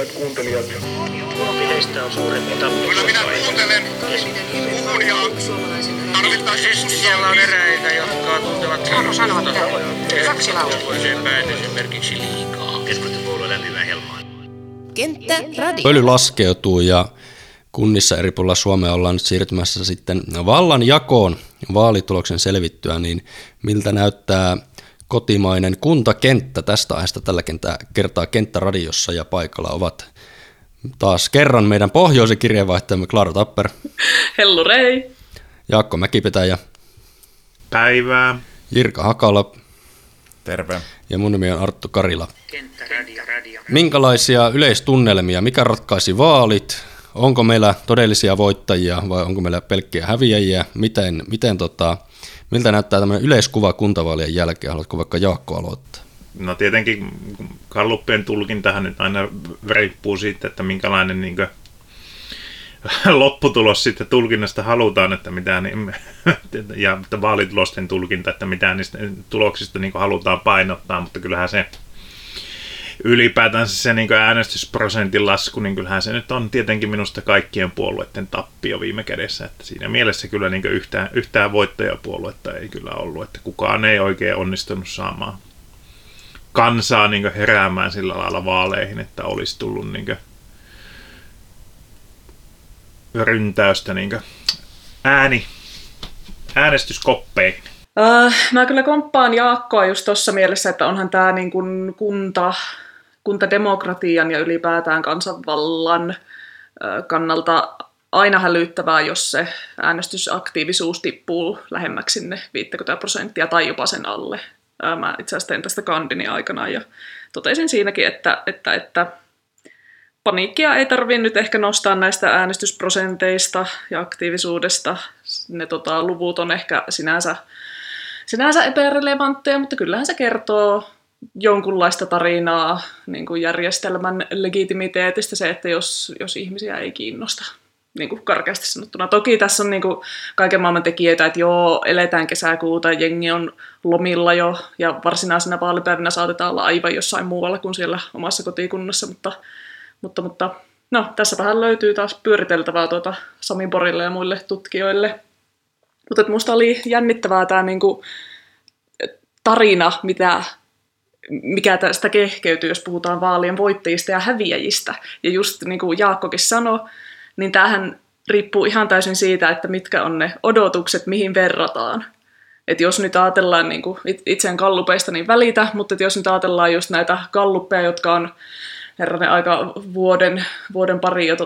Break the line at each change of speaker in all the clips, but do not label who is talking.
hyvät kuuntelijat.
Kumpi heistä on suurempi tappio?
Kyllä minä kuuntelen. Puhun ja tarvittaisiin
Siellä on eräitä, jotka tuntevat...
Saanko sanoa kaksi lausetta?
Esimerkiksi liikaa. Keskustapuolue lämpimään helmaan.
Kenttä Radio.
Pöly laskeutuu ja kunnissa eri puolilla Suomea ollaan nyt siirtymässä sitten vallanjakoon vaalituloksen selvittyä, niin miltä näyttää kotimainen kuntakenttä? Tästä aiheesta tällä kertaa Kenttäradiossa ja paikalla ovat taas kerran meidän pohjoisen kirjeenvaihtajamme Klaara Tapper.
Hellurei.
Jaakko Mäkipetäjä.
Päivää.
Jirka Hakala.
Terve.
Ja mun nimi on Arttu Karila.
Kenttäradio.
Minkälaisia yleistunnelmia? Mikä ratkaisi vaalit? Onko meillä todellisia voittajia vai onko meillä pelkkiä häviäjiä? Miltä näyttää tämmöinen yleiskuva kuntavaalien jälkeen? Haluatko vaikka Jaakko aloittaa?
No tietenkin galluppien tulkintahan nyt aina riippuu siitä, että minkälainen niin kuin, lopputulos sitten tulkinnasta halutaan, että mitä, ja vaalitulosten tulkinta, että mitä niistä tuloksista niin kuin halutaan painottaa, mutta kyllähän se ylipäätään se niin kuin äänestysprosentin lasku, niin kyllähän se nyt on tietenkin minusta kaikkien puolueiden tappio viime kädessä. Että siinä mielessä kyllä niin kuin yhtään voittajapuoluetta ei kyllä ollut, että kukaan ei oikein onnistunut saamaan kansaa niin kuin heräämään sillä lailla vaaleihin, että olisi tullut niin kuin ryntäystä niin kuin äänestyskoppeihin.
Mä kyllä komppaan Jaakkoa just tuossa mielessä, että onhan tämä niin kuin kuntademokratian ja ylipäätään kansanvallan kannalta aina hälyttävää, jos se äänestysaktiivisuus tippuu lähemmäksi sinne 50% tai jopa sen alle. Mä itse asiassa tein tästä kandini aikana ja totesin siinäkin, että paniikkia ei tarvitse nyt ehkä nostaa näistä äänestysprosenteista ja aktiivisuudesta. Ne luvut on ehkä sinänsä epärelevantteja, mutta kyllähän se kertoo jonkunlaista tarinaa niin kuin järjestelmän legitimiteetistä se, että jos ihmisiä ei kiinnosta, niin kuin karkeasti sanottuna. Toki tässä on niin kuin kaiken maailman tekijöitä, että joo, eletään kesäkuuta, jengi on lomilla jo, ja varsinaisena vaalipäivinä saatetaan olla aivan jossain muualla kuin siellä omassa kotikunnassa, mutta no, tässäpähän löytyy taas pyöriteltävää Sami Borille ja muille tutkijoille. Mutta musta oli jännittävää tämä niinku tarina, mikä tästä kehkeytyy, jos puhutaan vaalien voittajista ja häviäjistä. Ja just niin kuin Jaakkokin sanoi, niin tämähän riippuu ihan täysin siitä, että mitkä on ne odotukset, mihin verrataan. Et jos nyt ajatellaan, niin kuin itse en gallupeista niin välitä, mutta jos nyt ajatellaan just näitä galluppeja, jotka on herranen aika vuoden pari jo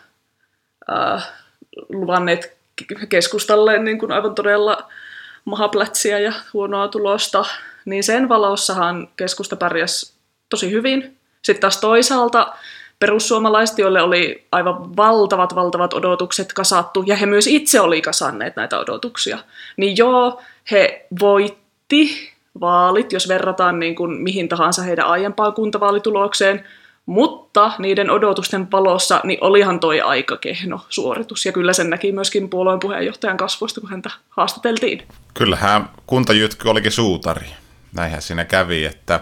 luvanneet keskustalle niin kuin aivan todella mahaplätsiä ja huonoa tulosta, niin sen valossahan keskusta pärjäsi tosi hyvin. Sitten taas toisaalta perussuomalaiset, joille oli aivan valtavat odotukset kasattu, ja he myös itse oli kasanneet näitä odotuksia, niin joo, he voitti vaalit, jos verrataan niin kuin mihin tahansa heidän aiempaan kuntavaalitulokseen, mutta niiden odotusten valossa niin olihan toi aika kehno suoritus. Ja kyllä sen näki myöskin puolueen puheenjohtajan kasvoista, kun häntä haastateltiin.
Kyllähän kuntajytky olikin suutari. Näinhän siinä kävi, että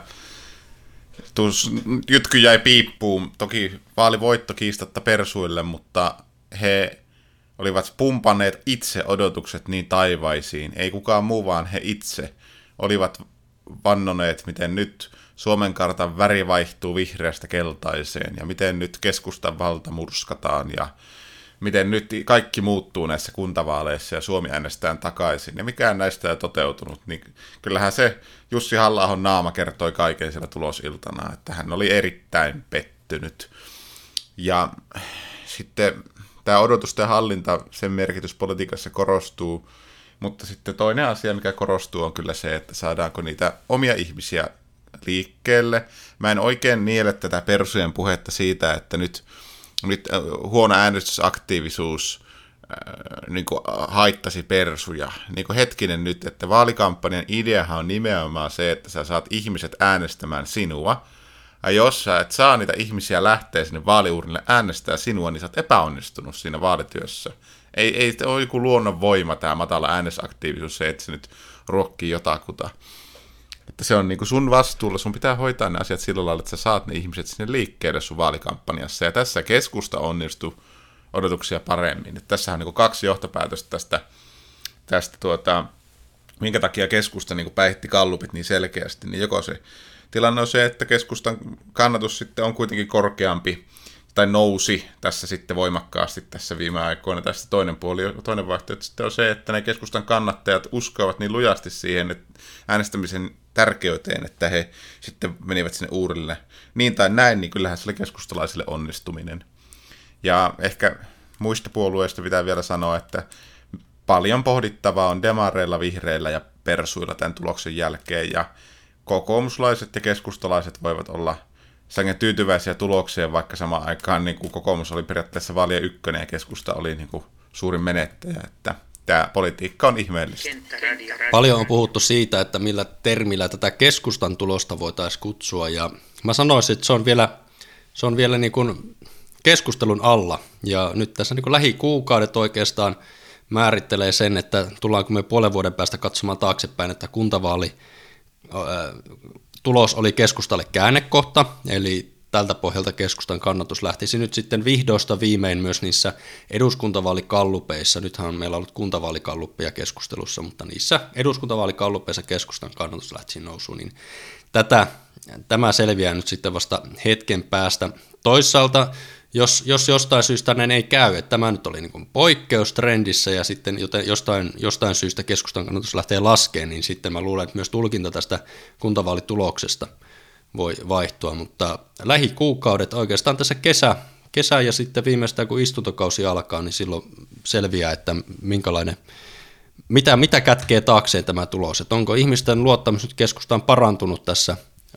jytky jäi piippuun. Toki vaalivoitto kiistatta persuille, mutta he olivat pumpanneet itse odotukset niin taivaisiin. Ei kukaan muu, vaan he itse olivat vannoneet, miten nyt Suomen kartan väri vaihtuu vihreästä keltaiseen ja miten nyt keskustan valta murskataan ja miten nyt kaikki muuttuu näissä kuntavaaleissa ja Suomi äänestään takaisin. Ja mikään näistä ei toteutunut, niin kyllähän se Jussi Halla-ahon naama kertoi kaiken siellä tulosiltana, että hän oli erittäin pettynyt. Ja sitten tämä odotusten hallinta, sen merkitys politiikassa korostuu, mutta sitten toinen asia, mikä korostuu, on kyllä se, että saadaanko niitä omia ihmisiä liikkeelle. Mä en oikein miele tätä persujen puhetta siitä, että nyt huono äänestysaktiivisuus niin kuin haittasi persuja. Niin kuin hetkinen nyt, että vaalikampanjan ideahan on nimenomaan se, että sä saat ihmiset äänestämään sinua. Ja jos sä et saa niitä ihmisiä lähteä sinne vaaliurnille äänestää sinua, niin sä oot epäonnistunut siinä vaalityössä. Ei ole joku luonnon voima tämä matala äänestysaktiivisuus, se, että se nyt ruokkii jotakuta. Että se on niin kuin sun vastuulla, sun pitää hoitaa ne asiat sillä lailla, että sä saat ne ihmiset sinne liikkeelle sun vaalikampanjassa. Ja tässä keskusta onnistui odotuksia paremmin. Että tässähän on niin kuin 2 johtopäätöstä tästä minkä takia keskusta niin kuin päihitti gallupit niin selkeästi. Niin joko se tilanne on se, että keskustan kannatus sitten on kuitenkin korkeampi, tai nousi tässä sitten voimakkaasti tässä viime aikoina. Tässä toinen vaihtoehto sitten on se, että ne keskustan kannattajat uskovat niin lujasti siihen että äänestämisen tärkeyteen, että he sitten menivät sinne uurille. Niin tai näin, niin kyllähän se oli keskustalaisille onnistuminen. Ja ehkä muista puolueista pitää vielä sanoa, että paljon pohdittavaa on demareilla, vihreillä ja persuilla tämän tuloksen jälkeen, ja kokoomuslaiset ja keskustalaiset voivat olla sangen tyytyväisiä tulokseen, vaikka samaan aikaan niin kuin kokoomus oli periaatteessa vaalien ykkönen ja keskusta oli niin kuin suurin menettäjä, että tämä politiikka on ihmeellistä.
Paljon on puhuttu siitä, että millä termillä tätä keskustan tulosta voitaisiin kutsua, ja mä sanoisin, että se on vielä niin kuin keskustelun alla, ja nyt tässä niin kuin lähikuukaudet oikeastaan määrittelee sen, että tullaanko me puolen vuoden päästä katsomaan taaksepäin, että kuntavaali tulos oli keskustalle käännekohta, eli tältä pohjalta keskustan kannatus lähtisi nyt sitten vihdoista viimein myös niissä eduskuntavaalikallupeissa. Nythän meillä on ollut kuntavaalikalluppeja keskustelussa, mutta niissä eduskuntavaalikallupeissa keskustan kannatus lähtisi nousuun, niin tämä selviää nyt sitten vasta hetken päästä. Toisaalta, jos jostain syystä näin ei käy, että tämä nyt oli niin kuin poikkeustrendissä ja sitten jostain syystä keskustan kannatus lähtee laskemaan, niin sitten mä luulen, että myös tulkinta tästä kuntavaalituloksesta voi vaihtua, mutta lähikuukaudet oikeastaan tässä kesä ja sitten viimeistään kun istuntokausi alkaa, niin silloin selviää, että mitä kätkee taakseen tämä tulos, että onko ihmisten luottamus nyt keskustaan parantunut tässä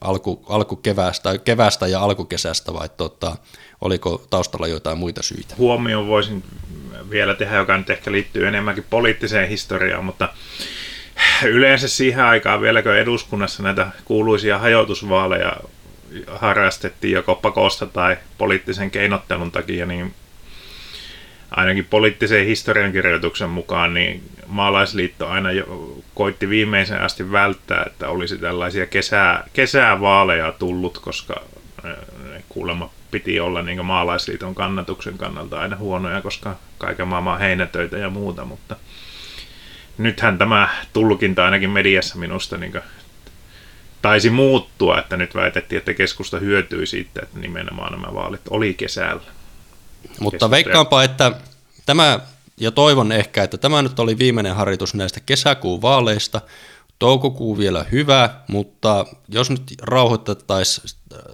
keväästä ja alkukesästä vai oliko taustalla jotain muita syitä?
Huomioon voisin vielä tehdä, joka nyt ehkä liittyy enemmänkin poliittiseen historiaan, mutta yleensä siihen aikaan vielä, kun eduskunnassa näitä kuuluisia hajotusvaaleja harrastettiin joko pakosta tai poliittisen keinottelun takia, niin ainakin poliittisen historiankirjoituksen mukaan niin maalaisliitto aina koitti viimeisen asti välttää, että olisi tällaisia kesävaaleja tullut, koska kuulemma piti olla niin maalaisliiton kannatuksen kannalta aina huonoja, koska kaiken maailman heinätöitä ja muuta, mutta nythän tämä tulkinta ainakin mediassa minusta niin taisi muuttua, että nyt väitettiin, että keskusta hyötyi siitä, että nimenomaan nämä vaalit oli kesällä.
Mutta veikkaanpa, että tämä, ja toivon ehkä, että tämä nyt oli viimeinen harjoitus näistä kesäkuun vaaleista, toukokuu vielä hyvä, mutta jos nyt rauhoitettaisiin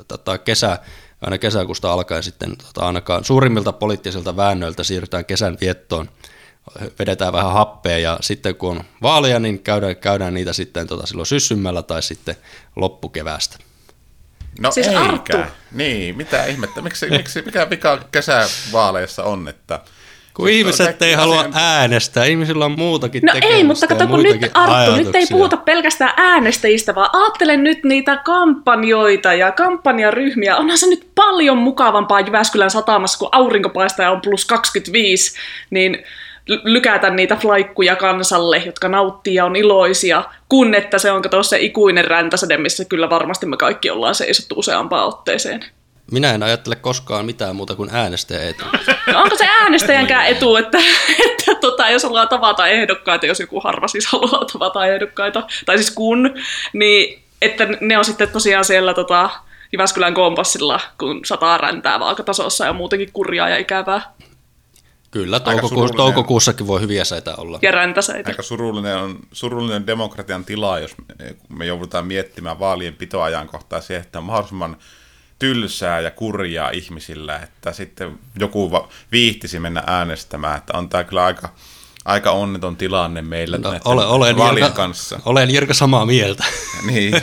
aina kesäkuusta alkaen sitten ainakaan suurimmilta poliittisilta väännöiltä siirrytään kesän viettoon, vedetään vähän happea ja sitten kun on vaaleja, niin käydään niitä sitten silloin syssymmällä tai sitten loppukeväästä.
No
siis
eikä.
Arttu.
Niin, mitä ihmettä. Mikä vika kesävaaleissa on, että
kun ihmiset ei halua äänestää, ihmisillä on muutakin
no
tekemistä.
ei, mutta kato, kun nyt Arttu, nyt ei puhuta pelkästään äänestäjistä, vaan ajattele nyt niitä kampanjoita ja kampanjaryhmiä. Onhan se nyt paljon mukavampaa Jyväskylän satamassa, kun aurinko paistaa ja on plus 25, niin lykätä niitä flaikkuja kansalle, jotka nauttii ja on iloisia, kun että se on kato se ikuinen räntäsade, missä kyllä varmasti me kaikki ollaan seisottu useampaan otteeseen.
Minä en ajattele koskaan mitään muuta kuin äänestäjän etu.
No onko se äänestäjänkään etu, että jos haluaa tavata ehdokkaita, jos joku harva siis haluaa tavata ehdokkaita, tai siis niin että ne on sitten tosiaan siellä Jyväskylän kompassilla, kun sataa räntää vaakatasossa ja muutenkin kurjaa ja ikävää.
Kyllä, toukokuussakin voi hyviä säitä olla.
Ja räntäsäitä.
Aika surullinen demokratian tila, jos me joudutaan miettimään vaalien pitoajankohtaa siihen, että on mahdollisimman tylsää ja kurjaa ihmisillä, että sitten joku viihtisi mennä äänestämään, että on tämä kyllä aika onneton tilanne meillä vaalien kanssa.
Olen Jirka samaa mieltä.
Niin,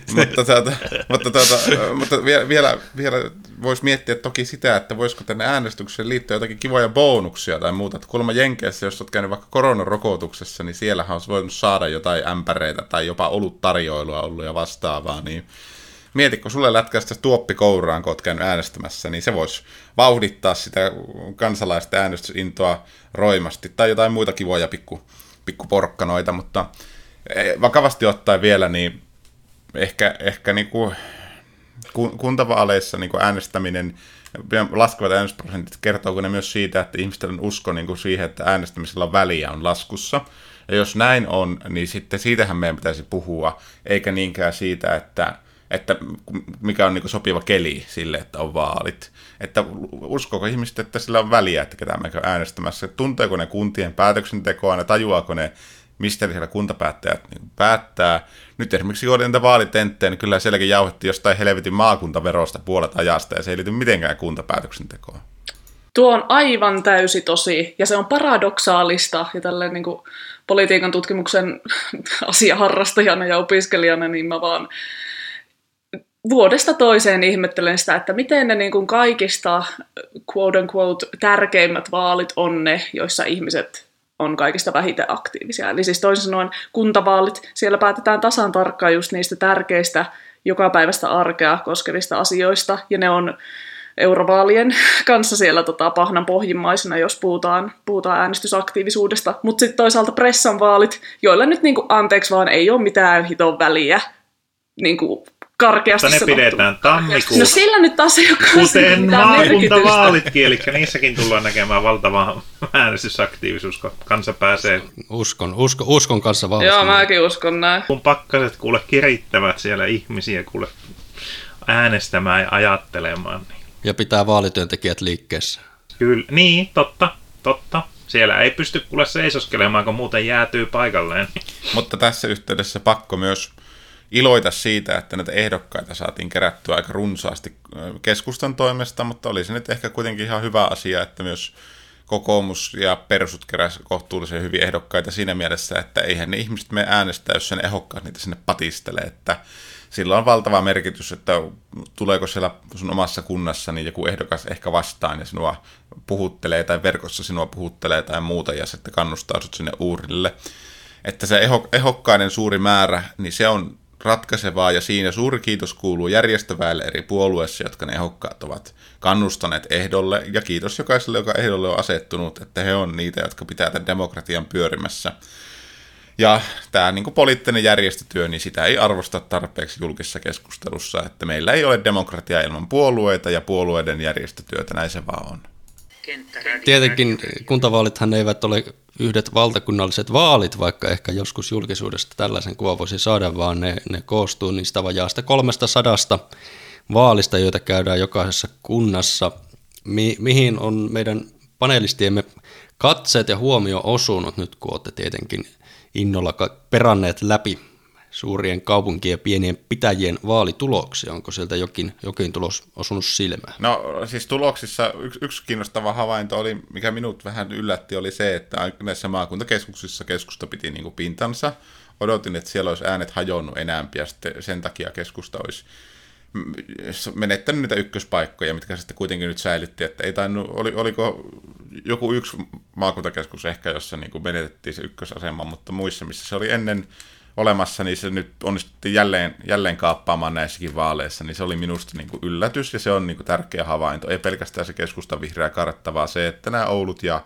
mutta vielä voisi miettiä toki sitä, että voisiko tänne äänestykseen liittyä jotakin kivoja bonuksia tai muuta. Että kuulemma Jenkeissä, jos olet käynyt vaikka koronarokotuksessa, niin siellähän olisi voinut saada jotain ämpäreitä tai jopa oluttarjoilua ollut ja vastaavaa, niin mieti, kun sulle lätkäistä tuoppi kouraan, kun olet käynyt äänestämässä, niin se voisi vauhdittaa sitä kansalaisten äänestysintoa roimasti, tai jotain muita kivoja pikkuporkkanoita, mutta vakavasti ottaen vielä, niin ehkä niin kuin kuntavaaleissa niin kuin äänestäminen, laskevat äänestysprosentit, kertooko ne myös siitä, että ihmisten on usko niin kuin siihen, että äänestämisellä on väliä, on laskussa. Ja jos näin on, niin sitten siitähän meidän pitäisi puhua, eikä niinkään siitä, että mikä on niin kuin sopiva keli sille, että on vaalit. Että uskoako ihmiset, että sillä on väliä, että ketään me käy äänestämässä. Tunteeko ne kuntien päätöksentekoa, ne tajuaako ne, mistä siellä kuntapäättäjät päättää. Nyt esimerkiksi juuri näitä vaalitenttejä, niin kyllä sielläkin jauhettiin jostain helvetin maakuntaverosta puolet ajasta, ja se ei liity mitenkään kuntapäätöksentekoon.
Tuo on aivan täysi tosi, ja se on paradoksaalista, ja tälleen niin kuin politiikan tutkimuksen asiaharrastajana ja opiskelijana, niin mä vaan vuodesta toiseen ihmettelen sitä, että miten ne niin kuin kaikista quote-unquote tärkeimmät vaalit on ne, joissa ihmiset on kaikista vähiten aktiivisia. Eli siis toisin sanoen kuntavaalit, siellä päätetään tasan tarkkaan just niistä tärkeistä jokapäiväistä arkea koskevista asioista, ja ne on eurovaalien kanssa siellä pahnan pohjimmaisena, jos puhutaan äänestysaktiivisuudesta. Mutta sitten toisaalta pressan vaalit, joilla nyt niinku, anteeksi vaan ei ole mitään hiton väliä niinku, karkeasti
mutta ne pidetään tammikuussa.
No sillä nyt taas ei ole
kuten maakuntavaalitkin, eli niissäkin tullaan näkemään valtava äänestysaktiivisuus, kun kansa pääsee.
Uskon kanssa vahvasti.
Joo, mäkin uskon näin.
Kun pakkaset kuule kirittävät siellä ihmisiä kuule äänestämään ja ajattelemaan. Niin.
Ja pitää vaalityöntekijät liikkeessä.
Kyllä, niin, totta. Siellä ei pysty kuule seisoskelemaan, kun muuten jäätyy paikalleen.
Mutta tässä yhteydessä pakko myös iloita siitä, että näitä ehdokkaita saatiin kerättyä aika runsaasti keskustan toimesta, mutta oli se nyt ehkä kuitenkin ihan hyvä asia, että myös kokoomus ja persut keräsivät kohtuullisen hyvin ehdokkaita siinä mielessä, että eihän ne ihmiset mene äänestää, jos sen ehdokkaat niitä sinne patistelee, että sillä on valtava merkitys, että tuleeko siellä sun omassa kunnassa niin joku ehdokas ehkä vastaan ja sinua puhuttelee tai verkossa sinua puhuttelee tai muuta ja sitten kannustaa sut sinne uurille. Että se ehdokkaiden suuri määrä, niin se on ratkaisevaa ja siinä suuri kiitos kuuluu järjestöväelle eri puolueissa, jotka ne ehdokkaat ovat kannustaneet ehdolle ja kiitos jokaiselle, joka ehdolle on asettunut, että he on niitä, jotka pitää tämän demokratian pyörimässä. Ja tämä niin kuin poliittinen järjestötyö, niin sitä ei arvosta tarpeeksi julkisessa keskustelussa, että meillä ei ole demokratiaa ilman puolueita ja puolueiden järjestötyötä, näin se vaan on.
Tietenkin kuntavaalithan eivät ole yhdet valtakunnalliset vaalit, vaikka ehkä joskus julkisuudesta tällaisen kuvan voisi saada, vaan ne koostuu niistä vajaasta 300 vaalista, joita käydään jokaisessa kunnassa. Mihin on meidän panelistiemme katseet ja huomio osunut nyt, kun olette tietenkin innolla peranneet läpi suurien kaupunkien ja pienien pitäjien vaalituloksia? Onko sieltä jokin tulos osunut silmään?
No siis tuloksissa yksi kiinnostava havainto oli, mikä minut vähän yllätti, oli se, että näissä maakuntakeskuksissa keskusta piti niin kuin pintansa. Odotin, että siellä olisi äänet hajonnut enäämpi ja sitten sen takia keskusta olisi menettänyt niitä ykköspaikkoja, mitkä sitten kuitenkin nyt säilytti, että ei tainnut, oliko joku yksi maakuntakeskus ehkä, jossa niin kuin menetettiin se ykkösasema, mutta muissa, missä se oli ennen olemassa, niin se nyt onnistuttiin jälleen kaappaamaan näissäkin vaaleissa, niin se oli minusta niin kuin yllätys, ja se on niin kuin tärkeä havainto. Ei pelkästään se keskustan vihreä kartta, vaan se, että nämä Oulut ja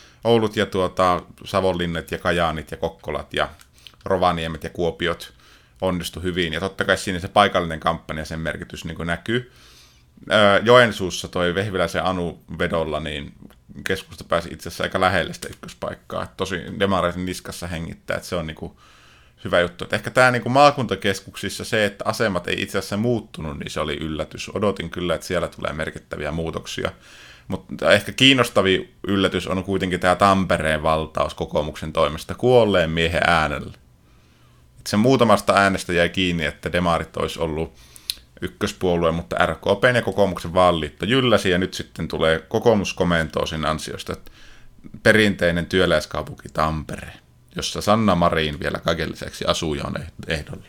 Savonlinnat ja Kajaanit ja Kokkolat ja Rovaniemet ja Kuopiot onnistu hyvin, ja totta kai siinä se paikallinen kampanja, sen merkitys niin kuin näkyy. Joensuussa toi Vehviläisen Anu vedolla, niin keskusta pääsi itse asiassa aika lähelle sitä ykköspaikkaa. Tosi demareiden niskassa hengittää, että se on niin kuin hyvä juttu. Että ehkä tämä niin kuin maakuntakeskuksissa se, että asemat ei itse asiassa muuttunut, niin se oli yllätys. Odotin kyllä, että siellä tulee merkittäviä muutoksia. Mutta ehkä kiinnostavin yllätys on kuitenkin tämä Tampereen valtaus kokoomuksen toimesta kuolleen miehen äänellä. Et sen muutamasta äänestä jäi kiinni, että demarit olisi ollut ykköspuolue, mutta RKPn ja kokoomuksen vaaliliitto jylläsi, ja nyt sitten tulee kokoomuskomentoa sen ansiosta, että perinteinen työläiskaupunki Tampere, jossa Sanna Marin vielä kaiken lisäksi asuu ja on ehdolla.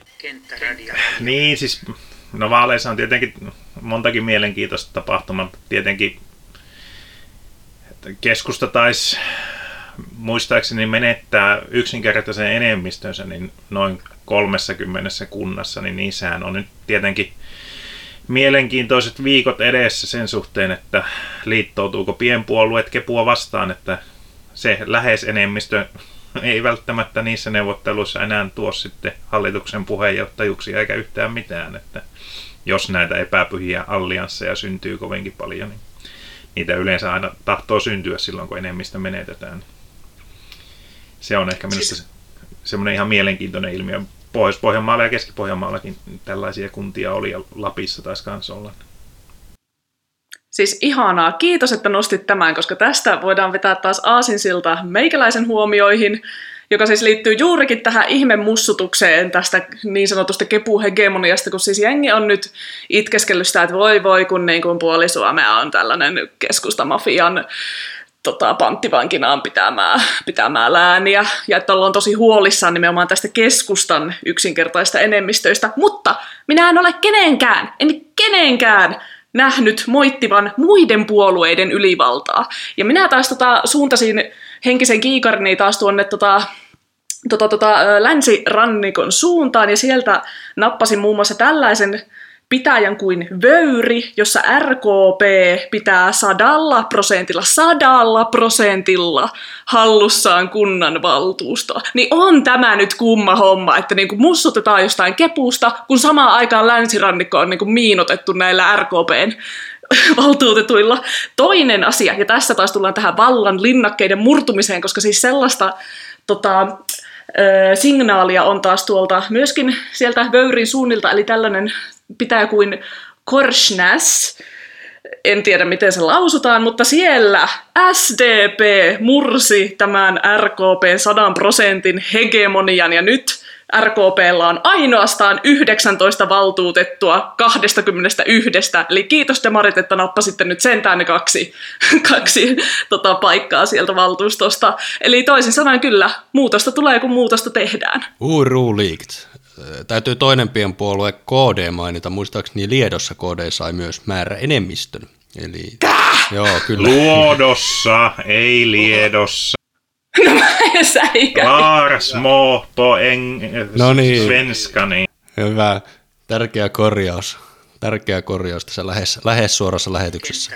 Niin, siis no vaaleissa on tietenkin montakin mielenkiintoista tapahtumaa, tietenkin keskusta taisi muistaakseni menettää yksinkertaisen enemmistönsä niin noin 30 kunnassa, niin niissähän on nyt tietenkin mielenkiintoiset viikot edessä sen suhteen, että liittoutuuko pienpuolueet Kepua vastaan, että se lähes enemmistö ei välttämättä niissä neuvotteluissa enää tuo sitten hallituksen puheenjohtajuuksia eikä yhtään mitään, että jos näitä epäpyhiä alliansseja syntyy kovinkin paljon, niin niitä yleensä aina tahtoo syntyä silloin, kun enemmistö menetetään. Se on ehkä minusta semmoinen ihan mielenkiintoinen ilmiö. Pohjois-Pohjanmaalla ja Keski-Pohjanmaallakin tällaisia kuntia oli ja Lapissa taisi kanssa olla.
Siis ihanaa. Kiitos, että nostit tämän, koska tästä voidaan vetää taas aasinsilta meikäläisen huomioihin, joka siis liittyy juurikin tähän ihmemussutukseen tästä niin sanotusta kepuhegemoniasta, kun siis jengi on nyt itkeskellyt sitä, että voi kun niin kuin puoli Suomea on tällainen keskustamafian panttivankinaan pitämää lääniä, ja että ollaan tosi huolissaan nimenomaan tästä keskustan yksinkertaista enemmistöistä, mutta minä en ole kenenkään nähnyt moittivan muiden puolueiden ylivaltaa. Ja minä taas suuntasin henkisen kiikarini taas tuonne länsirannikon suuntaan, ja sieltä nappasin muun muassa tällaisen pitäjän kuin Vöyri, jossa RKP pitää 100% hallussaan kunnanvaltuustoa. Niin on tämä nyt kumma homma, että niinku mussutetaan jostain kepusta, kun samaan aikaan länsirannikko on niinku miinotettu näillä RKPn valtuutetuilla. Toinen asia, ja tässä taas tullaan tähän vallan linnakkeiden murtumiseen, koska siis sellaista signaalia on taas tuolta myöskin sieltä Vöyrin suunnilta, eli tällainen pitäjä kuin Korsnäs, en tiedä miten se lausutaan, mutta siellä SDP mursi tämän RKPn 100% hegemonian, ja nyt RKP:lla on ainoastaan 19 valtuutettua 21, eli kiitos demarit, että nappasitte nyt sentään ne kaksi paikkaa sieltä valtuustosta. Eli toisin sanoen kyllä, muutosta tulee kun muutosta tehdään.
Uruliikt. Täytyy toinen pienpuolue KD mainita. Muistaakseni Liedossa KD sai myös määräenemmistön. Eli joo, kyllä.
Luodossa, ei Liedossa.
No mä en säikä.
Lars Mohto
No niin.
Svenskani.
Hyvä. Tärkeä korjaus tässä lähes suorassa lähetyksessä.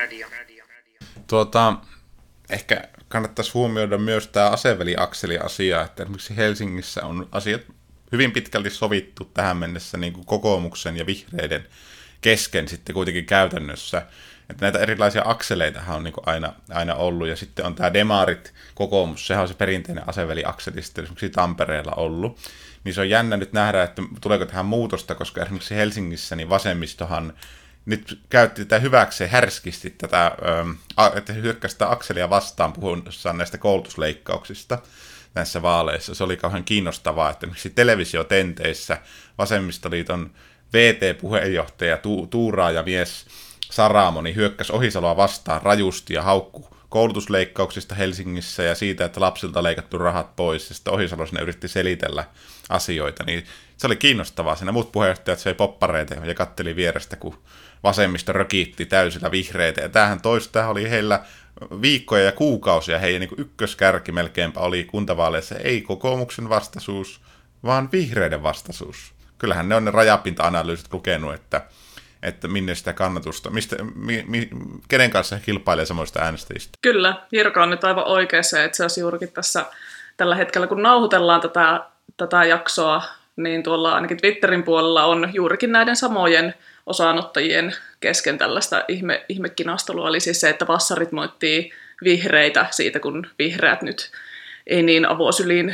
Ehkä kannattaisi huomioida myös tämä aseveliakseli-asia, että esimerkiksi Helsingissä on asiat hyvin pitkälti sovittu tähän mennessä niin kuin kokoomuksen ja vihreiden kesken sitten kuitenkin käytännössä. Että näitä erilaisia akseleitahan on niin kuin aina ollut, ja sitten on tämä demarit kokoomus, sehän on se perinteinen aseveliakseli sitten esimerkiksi Tampereella ollut. Niin se on jännä nyt nähdä, että tuleeko tähän muutosta, koska esimerkiksi Helsingissä niin vasemmistohan nyt käytti tätä hyväkseen härskisti tätä, että hyökkäsi sitä akselia vastaan puhuessaan näistä koulutusleikkauksista näissä vaaleissa. Se oli kauhean kiinnostavaa, että esimerkiksi televisiotenteissä vasemmistoliiton VT-puheenjohtaja tuuraaja mies Saramo niin hyökkäsi Ohisaloa vastaan rajusti ja haukkui koulutusleikkauksista Helsingissä ja siitä, että lapsilta leikattu rahat pois, ja sitten Ohisalo sinne yritti selitellä asioita, niin se oli kiinnostavaa. Siinä muut puheenjohtajat söi poppareita ja katteli vierestä, kun vasemmisto rökiitti täysillä vihreitä, ja tämähän oli heillä viikkoja ja kuukausia, heidän niin ykköskärki melkeinpä oli kuntavaaleissa ei kokoomuksen vastaisuus, vaan vihreiden vastaisuus. Kyllähän ne on ne rajapinta-analyysit lukenut, että minne sitä kannatusta, kenen kanssa he kilpailee samoista äänestäjistä.
Kyllä, Jirka on nyt aivan oikeassa, itse asiassa juurikin tällä hetkellä, kun nauhoitellaan tätä jaksoa, niin tuolla ainakin Twitterin puolella on juurikin näiden samojen osaanottajien kesken tällaista ihmekinastelua, eli siis se, että vassarit moittii vihreitä siitä, kun vihreät nyt ei niin avosyliin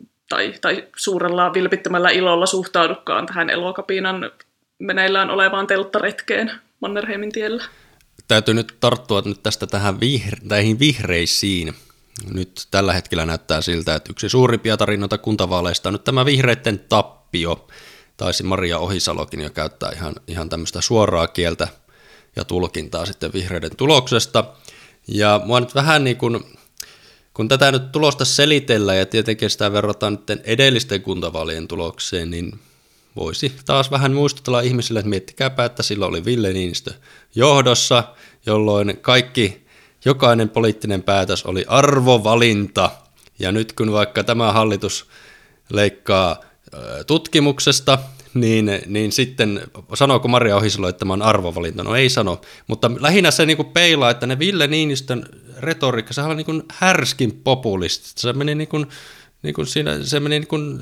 tai suurella vilpittömällä ilolla suhtaudukaan tähän Elokapiinan meneillään olevaan telttaretkeen Mannerheimin tiellä.
Täytyy nyt tarttua nyt tästä näihin vihreisiin. Nyt tällä hetkellä näyttää siltä, että yksi suurimpia tarinoita kuntavaaleista on nyt tämä vihreiden tappio. Taisi Maria Ohisalokin jo käyttää ihan tämmöistä suoraa kieltä ja tulkintaa sitten vihreiden tuloksesta. Ja mua nyt vähän niin kun tätä nyt tulosta selitellään ja tietenkin sitä verrataan nyt edellisten kuntavaalien tulokseen, niin voisi taas vähän muistutella ihmisille, että miettikääpä, että silloin oli Ville Niinistö johdossa, jolloin jokainen poliittinen päätös oli arvovalinta. Ja nyt kun vaikka tämä hallitus leikkaa tutkimuksesta, niin sitten sanooko Maria Ohisalo, että tämä on arvovalinta? No ei sano, mutta lähinnä se niinku peilaa, että ne Ville Niinistön retoriikka, sehän oli niin kuin härskin populistista. Se meni se meni niin kuin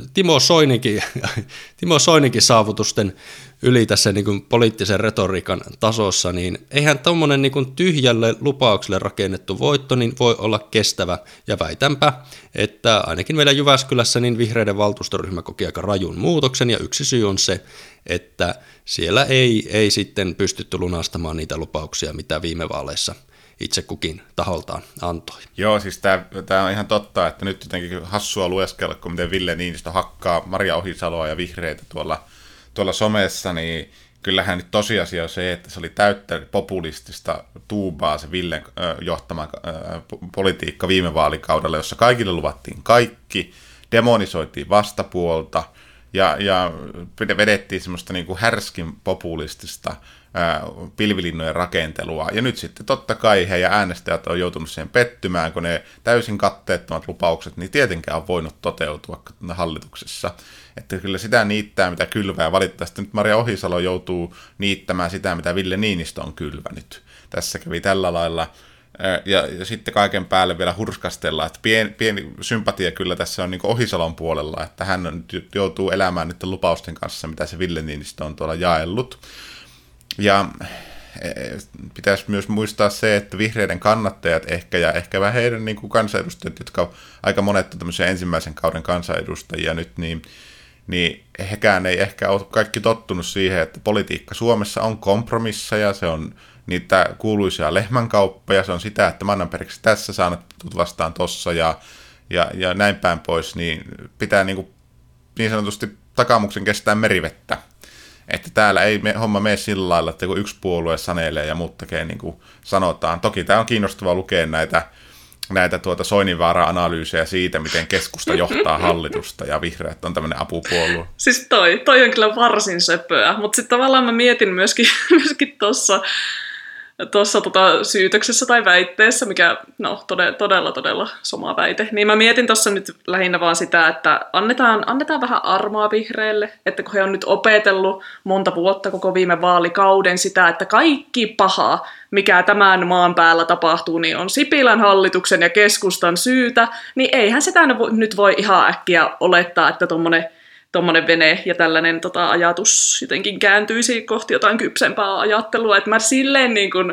Timo Soininkin saavutusten yli tässä niin kuin poliittisen retoriikan tasossa, niin eihän tommonen niin kuin tyhjälle lupaukselle rakennettu voitto niin voi olla kestävä. Ja väitänpä, että ainakin meillä Jyväskylässä niin vihreiden valtuustoryhmä koki aika rajun muutoksen, ja yksi syy on se, että siellä ei sitten pystytty lunastamaan niitä lupauksia, mitä viime vaaleissa itse kukin taholtaan antoi.
Joo, siis tämä on ihan totta, että nyt jotenkin hassua lueskella, kun miten Ville Niinistö hakkaa Maria Ohisaloa ja vihreitä tuolla somessa, niin kyllähän nyt tosiasia on se, että se oli täyttä populistista tuubaa se Villen johtama politiikka viime vaalikaudella, jossa kaikille luvattiin kaikki, demonisoitiin vastapuolta ja vedettiin semmoista niin kuin härskin populistista pilvilinnojen rakentelua. Ja nyt sitten totta kai heidän äänestäjät on joutunut siihen pettymään, kun ne täysin katteettomat lupaukset niin tietenkään on voinut toteutua hallituksessa. Että kyllä sitä niittää, mitä kylvää. Valitettavasti nyt Maria Ohisalo joutuu niittämään sitä, mitä Ville Niinistö on kylvänyt. Tässä kävi tällä lailla. Ja sitten kaiken päälle vielä hurskastellaan, että pieni sympatia kyllä tässä on niin kuin Ohisalon puolella, että hän joutuu elämään nyt lupausten kanssa, mitä se Ville Niinistö on tuolla jaellut. Ja pitäisi myös muistaa se, että vihreiden kannattajat ehkä vähän heidän niin kuin kansanedustajat, jotka aika monet on tämmöisiä ensimmäisen kauden kansanedustajia nyt, niin hekään ei ehkä ole kaikki tottunut siihen, että politiikka Suomessa on kompromisseja, se on niitä kuuluisia lehmänkauppoja, se on sitä, että mä annan periksi tässä, saanut vastaan tossa ja näin päin pois, niin pitää niin sanotusti takamuksen kestää merivettä. Että täällä ei homma mene sillä lailla, että kun yksi puolue sanelee ja muut tekee niin kuin sanotaan. Toki tämä on kiinnostavaa lukea näitä Soininvaara-analyysejä siitä, miten keskusta johtaa hallitusta ja vihreät on tämmöinen apupuolue.
Siis toi on kyllä varsin söpöä, mutta sitten tavallaan mä mietin myöskin tuossa syytöksessä tai väitteessä, mikä todella soma väite, niin mä mietin tuossa nyt lähinnä vaan sitä, että annetaan vähän armoa vihreille, että kun he on nyt opetellut monta vuotta koko viime vaalikauden sitä, että kaikki paha, mikä tämän maan päällä tapahtuu, niin on Sipilän hallituksen ja keskustan syytä, niin eihän sitä nyt voi ihan äkkiä olettaa, että tuommoinen vene ja tällainen ajatus jotenkin kääntyisi kohti jotain kypsempää ajattelua, että mä silleen niin kuin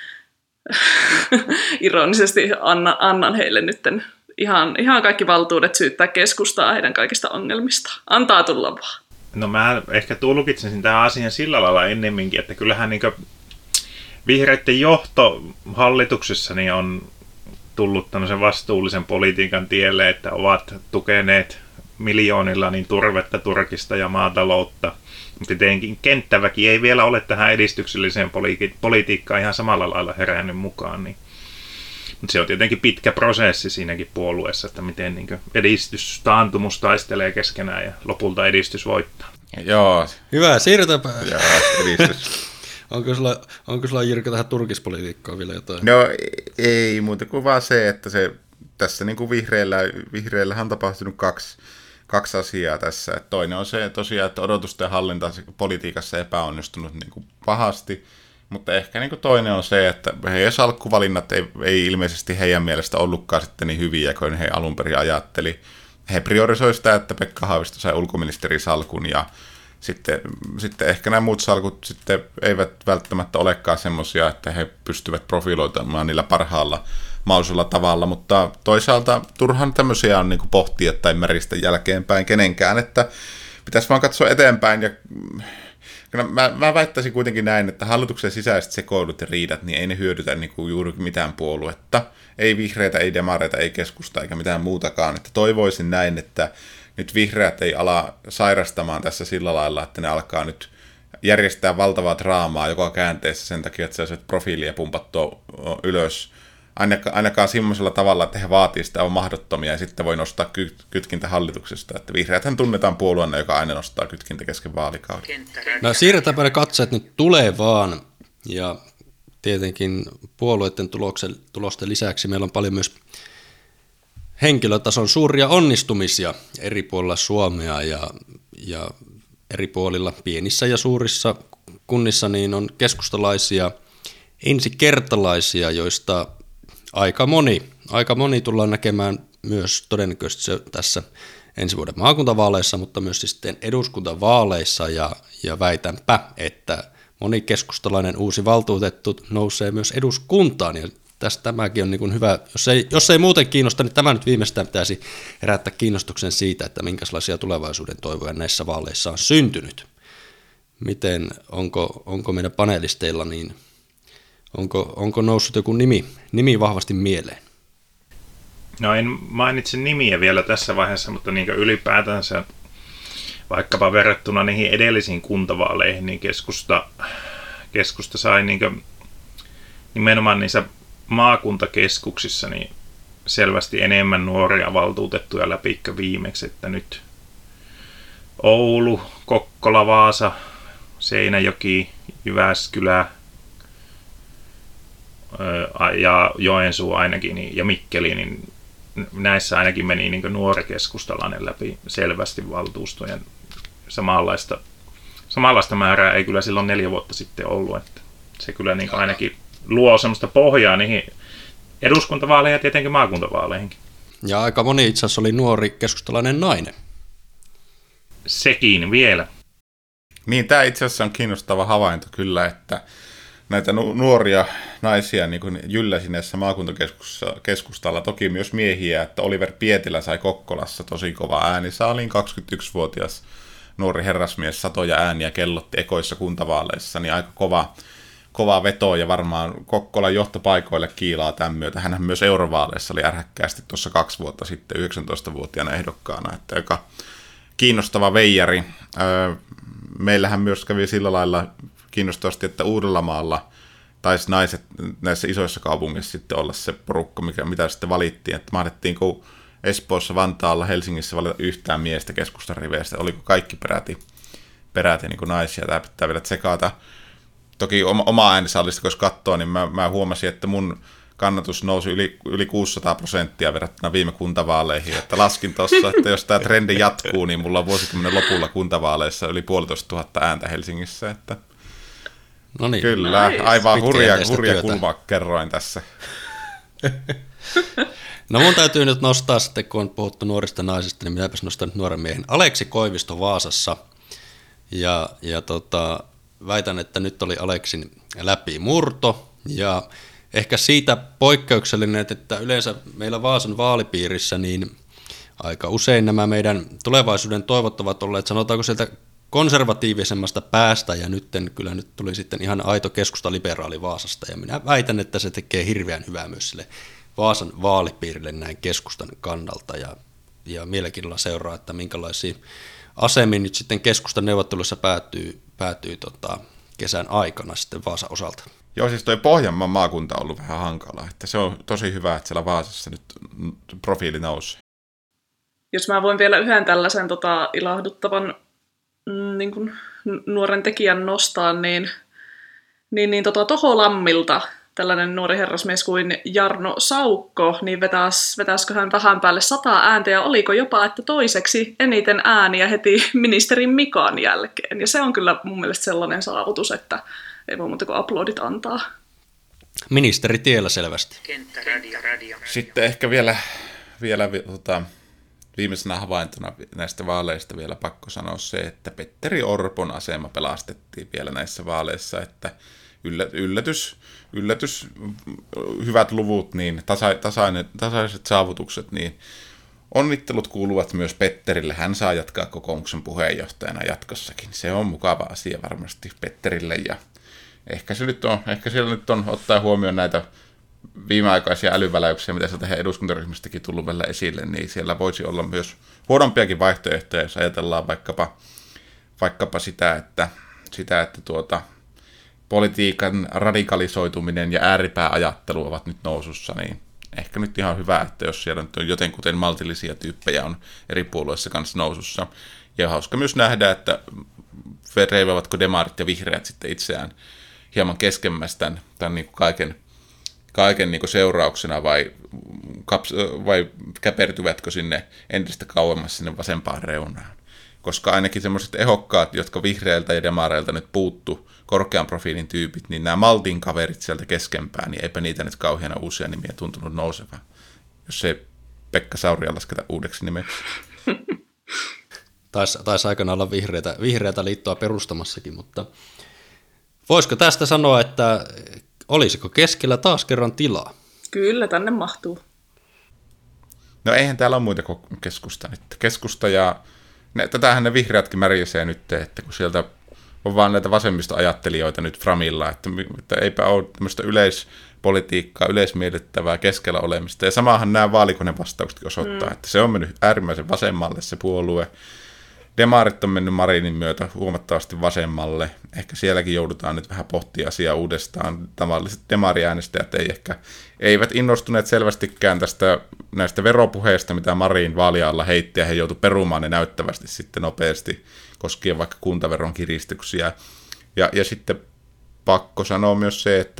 ironisesti annan heille nytten ihan kaikki valtuudet syyttää keskustaa heidän kaikista ongelmista. Antaa tulla vaan.
No mä ehkä tulkitsen tämän asian sillä lailla ennemminkin, että kyllähän niin vihreiden johto hallituksessa niin on tullut tämmöisen vastuullisen politiikan tielle, että ovat tukeneet miljoonilla niin turvetta, turkista ja maataloutta. Mutta tietenkin kenttäväki ei vielä ole tähän edistykselliseen politiikkaan ihan samalla lailla herännyt mukaan. Niin. Mutta se on tietenkin pitkä prosessi siinäkin puolueessa, että miten niin edistys, taantumus taistelee keskenään ja lopulta edistys voittaa.
Joo.
Hyvä, siirrytäänpä.
Joo, edistys.
Onko sulla Jyrkä tähän turkispolitiikkaan vielä jotain?
No ei muuta kuin vaan se, että tässä niin kuin vihreillähän on tapahtunut kaksi asiaa tässä. Että toinen on se tosiaan, että odotusten hallinta politiikassa epäonnistunut niin kuin pahasti, mutta ehkä niin kuin toinen on se, että heidän salkkuvalinnat ei ilmeisesti heidän mielestä ollutkaan sitten niin hyviä kuin he alun perin ajatteli. He priorisoivat sitä, että Pekka Haavisto sai ulkoministerisalkun ja sitten ehkä nämä muut salkut sitten eivät välttämättä olekaan semmoisia, että he pystyvät profiloitumaan niillä parhaalla mahdollisella tavalla, mutta toisaalta turhan tämmöisiä on niin kuin pohtia tai märistä jälkeenpäin kenenkään, että pitäisi vaan katsoa eteenpäin. Ja mä väittäisin kuitenkin näin, että hallituksen sisäiset sekoilut ja riidat, niin ei ne hyödytä niin kuin juuri mitään puoluetta. Ei vihreitä, ei demareita, ei keskusta eikä mitään muutakaan. Että toivoisin näin, että nyt vihreät ei ala sairastamaan tässä sillä lailla, että ne alkaa nyt järjestää valtavaa draamaa joka käänteessä sen takia, että se profiilia pumpattua ylös. Ainakaan semmoisella tavalla, että he vaatii sitä on mahdottomia ja sitten voi nostaa kytkintä hallituksesta. Että vihreäthän tunnetaan puolueena, joka aina nostaa kytkintä kesken vaalikauden.
No siirretäänpä ne katseet nyt tulevaan ja tietenkin puolueiden tulosten lisäksi meillä on paljon myös henkilötason suuria onnistumisia eri puolilla Suomea ja eri puolilla pienissä ja suurissa kunnissa niin on keskustalaisia ensikertalaisia, joista aika moni tullaan näkemään myös todennäköisesti se tässä ensi vuoden maakuntavaaleissa, mutta myös sitten eduskuntavaaleissa ja väitänpä, että moni keskustalainen uusi valtuutettu nousee myös eduskuntaan ja tästä tämäkin on niin kuin hyvä, jos ei muuten kiinnosta, niin tämä nyt viimeistään pitäisi herättää kiinnostuksen siitä, että minkälaisia tulevaisuuden toivoja näissä vaaleissa on syntynyt. Miten, onko meidän panelisteilla, niin onko noussut joku nimi vahvasti mieleen?
No en mainitse nimiä vielä tässä vaiheessa, mutta niin ylipäätänsä vaikkapa verrattuna niihin edellisiin kuntavaaleihin, niin keskusta sai niin nimenomaan niissä maakuntakeskuksissa niin selvästi enemmän nuoria valtuutettuja läpi viimeksi, että nyt Oulu, Kokkola, Vaasa, Seinäjoki, Jyväskylä ja Joensuu ainakin ja Mikkeli, niin näissä ainakin meni niin nuori keskustalainen läpi selvästi valtuustojen. Samanlaista määrää ei kyllä silloin 4 vuotta sitten ollut, että se kyllä niin ainakin luo semmoista pohjaa niihin eduskuntavaaleihin ja tietenkin maakuntavaaleihinkin.
Ja aika moni itse asiassa oli nuori keskustalainen nainen.
Sekin vielä.
Niin, tämä itse asiassa on kiinnostava havainto kyllä, että näitä nuoria naisia niin kuin jylläsi näissä maakuntakeskustalla, toki myös miehiä, että Oliver Pietilä sai Kokkolassa tosi kova ääni. Saaliin 21-vuotias nuori herrasmies, satoja ääniä kellotti ekoissa kuntavaaleissa, niin aika kova veto ja varmaan Kokkolan johtopaikoille kiilaa tämän myötä. Hänhän myös eurovaaleissa oli ärhäkkäästi tuossa 2 vuotta sitten 19-vuotiaana ehdokkaana, että aika kiinnostava veijari. Meillähän myös kävi sillä lailla kiinnostavasti, että Uudellamaalla taisi naiset näissä isoissa kaupungeissa sitten olla se porukka, mitä sitten valittiin. Että mahdettiinko Espoossa, Vantaalla, Helsingissä valita yhtään miestä keskustan riveistä, oliko kaikki peräti niin kuin naisia. Tämä pitää vielä tsekata. Toki oma äänisallista, jos katsoo, niin mä huomasin, että mun kannatus nousi yli 600% verrattuna viime kuntavaaleihin. Että laskin tuossa, että jos tämä trendi jatkuu, niin mulla on vuosikymmenen lopulla kuntavaaleissa yli 15000 ääntä Helsingissä. Että
no niin.
Kyllä, aivan hurja kulma kerroin tässä.
No mun täytyy nyt nostaa sitten, kun on puhuttu nuorista naisista, niin minäpäs nostan nyt nuoren miehen. Aleksi Koivisto Vaasassa. Ja väitän, että nyt oli Aleksin läpimurto. Ja ehkä siitä poikkeuksellinen, että yleensä meillä Vaasan vaalipiirissä niin aika usein nämä meidän tulevaisuuden toivot ovat olleet, sanotaanko sieltä konservatiivisemmasta päästä, ja nyt tuli sitten ihan aito keskustaliberaali Vaasasta, ja minä väitän, että se tekee hirveän hyvää myös sille Vaasan vaalipiirille näin keskustan kannalta, ja mielenkiinnolla seuraa, että minkälaisiin asemiin nyt sitten keskustan neuvotteluissa päätyy kesän aikana sitten Vaasan osalta.
Joo, siis toi Pohjanmaan maakunta on ollut vähän hankala, että se on tosi hyvä, että siellä Vaasassa nyt profiili nousee.
Jos mä voin vielä yhden tällaisen ilahduttavan niin kuin nuoren tekijän nostaa, niin Toho Lammilta tällainen nuori herrasmies kuin Jarno Saukko, niin vetäisikö hän vähän päälle 100 ääntä, ja oliko jopa, että toiseksi eniten ääniä heti ministerin Mikan jälkeen. Ja se on kyllä mun mielestä sellainen saavutus, että ei voi muuta kuin aplodit antaa.
Ministeri tiellä selvästi.
Radio.
Sitten ehkä vielä viimeisenä havaintona näistä vaaleista vielä pakko sanoa se, että Petteri Orpon asema pelastettiin vielä näissä vaaleissa, että yllätys, hyvät luvut, niin tasaiset saavutukset, niin onnittelut kuuluvat myös Petterille. Hän saa jatkaa kokoomuksen puheenjohtajana jatkossakin. Se on mukava asia varmasti Petterille, ja ehkä siellä nyt on ottaa huomioon näitä viimeaikaisia älyväläyksiä, mitä sieltä eduskuntaryhmästäkin tullut vielä esille, niin siellä voisi olla myös huonompiakin vaihtoehtoja, jos ajatellaan vaikkapa sitä, että politiikan radikalisoituminen ja ääripääajattelu ovat nyt nousussa, niin ehkä nyt ihan hyvä, että jos siellä nyt on jotenkuten maltillisia tyyppejä on eri puolueissa kanssa nousussa. Ja hauska myös nähdä, että reivavatko demarit ja vihreät sitten itseään hieman keskemmästään tämän niin kuin kaiken niin kuin seurauksena vai käpertyvätkö sinne entistä kauemmas sinne vasempaan reunaan. koska ainakin semmoiset ehokkaat, jotka vihreiltä ja demareilta nyt puuttu, korkean profiilin tyypit, niin nämä Maltin kaverit sieltä keskempää, niin eipä niitä nyt kauheana uusia nimiä tuntunut nousevaa, jos ei Pekka Sauria lasketa uudeksi nimeksi.
Taisi aikanaan olla vihreätä liittoa perustamassakin, mutta voisiko tästä sanoa, että olisiko keskellä taas kerran tilaa?
Kyllä, tänne mahtuu.
No eihän täällä ole muita kuin keskusta nyt. Keskusta ja tätähän ne vihreätkin märjäsee nyt, että kun sieltä on vaan näitä vasemmistoajattelijoita nyt framilla, että eipä ole tämmöistä yleispolitiikkaa, yleismielittävää keskellä olemista. Ja samahan nämä vaalikonevastauksetkin osoittaa, että se on mennyt äärimmäisen vasemmalle se puolue. Demarit on mennyt Marinin myötä huomattavasti vasemmalle. Ehkä sielläkin joudutaan nyt vähän pohtia asiaa uudestaan. Tavalliset demariäänestäjät eivät innostuneet selvästikään näistä veropuheista, mitä Marin vaalialla heitti, ja he joutuivat perumaan ne näyttävästi sitten nopeasti, koskien vaikka kuntaveron kiristyksiä. Ja sitten pakko sanoa myös se, että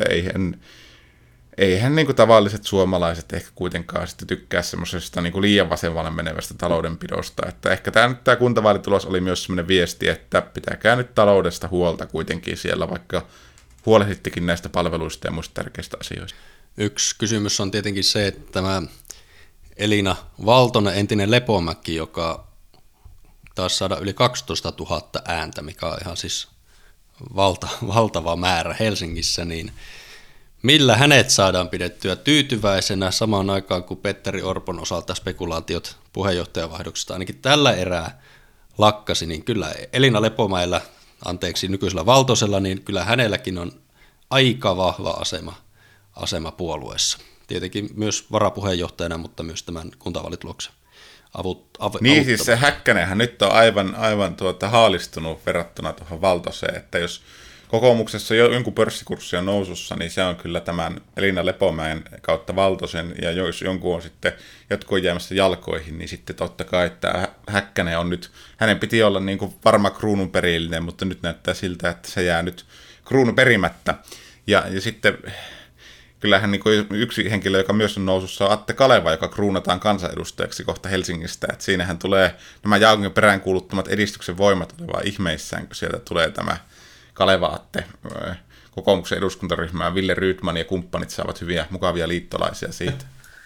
eihän niin kuin tavalliset suomalaiset ehkä kuitenkaan sitten tykkää semmoisesta niin kuin liian vasemmalle menevästä taloudenpidosta. Että ehkä tämä kuntavaalitulos oli myös semmoinen viesti, että pitäkää nyt taloudesta huolta kuitenkin siellä, vaikka huolehdittekin näistä palveluista ja muista tärkeistä asioista.
Yksi kysymys on tietenkin se, että tämä Elina Valtonen, entinen Lepomäki, joka taas saada yli 12 000 ääntä, mikä on ihan siis valtava määrä Helsingissä, niin millä hänet saadaan pidettyä tyytyväisenä samaan aikaan, kun Petteri Orpon osalta spekulaatiot puheenjohtajavaihdoksesta ainakin tällä erää lakkasi, niin kyllä Elina Lepomäellä, nykyisellä Valtosella, niin kyllä hänelläkin on aika vahva asema puolueessa. Tietenkin myös varapuheenjohtajana, mutta myös tämän kuntavaalituloksen
Niin siis se Häkkänenhän nyt on aivan haalistunut verrattuna tuohon Valtoseen, että jos kokoomuksessa jonkun pörssikurssi on nousussa, niin se on kyllä tämän Elina Lepomäen kautta Valtosen, ja jos jonkun on sitten, jotkut on jäämässä jalkoihin, niin sitten totta kai, että Häkkänen on nyt, hänen piti olla niin kuin varma kruunun perillinen, mutta nyt näyttää siltä, että se jää nyt kruunu perimättä. Ja sitten kyllähän niin kuin yksi henkilö, joka myös on nousussa, on Atte Kaleva, joka kruunataan kansanedustajaksi kohta Helsingistä. Et siinähän tulee nämä Jaakon peräänkuuluttamat edistyksen voimat olevan ihmeissään, kun sieltä tulee tämä Kaleva Atte, kokoomuksen eduskuntaryhmään, Ville Rydman ja kumppanit saavat hyviä, mukavia liittolaisia siitä.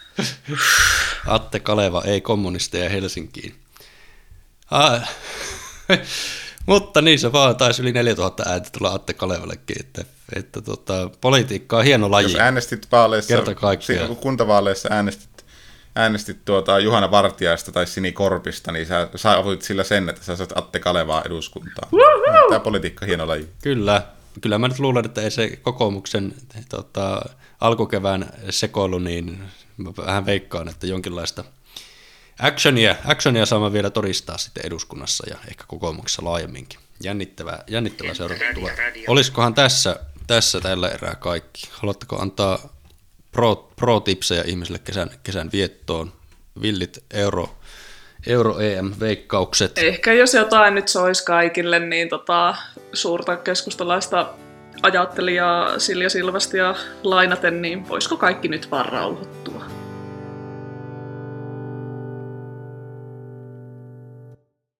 Atte Kaleva, ei kommunisteja Helsinkiin. Mutta niin se vaan, taisi yli 4000 ääntä tulla Atte Kalevallekin, että politiikka on hieno laji.
Jos äänestit vaaleissa, kuntavaaleissa äänestit Juhana Vartiaista tai Sini Korpista, niin sä saavutit sillä sen, että sä saat Atte Kalevaa eduskuntaan. Tämä politiikka hieno laji.
Kyllä mä nyt luulen, että ei se kokoomuksen alkukevään sekoilu, niin mä vähän veikkaan, että jonkinlaista actionia saamme vielä todistaa sitten eduskunnassa ja ehkä kokoomuksessa laajemminkin. Jännittävää seurattavaa. Olisikohan tässä tällä erää kaikki? Haluatteko antaa pro-tipsejä ihmisille kesän viettoon? Villit euro EM-veikkaukset.
Ehkä jos jotain nyt sois kaikille, niin suurta keskustalaista ajattelijaa Silja Silvastia lainaten, niin voisiko kaikki nyt vaan rauhoittua?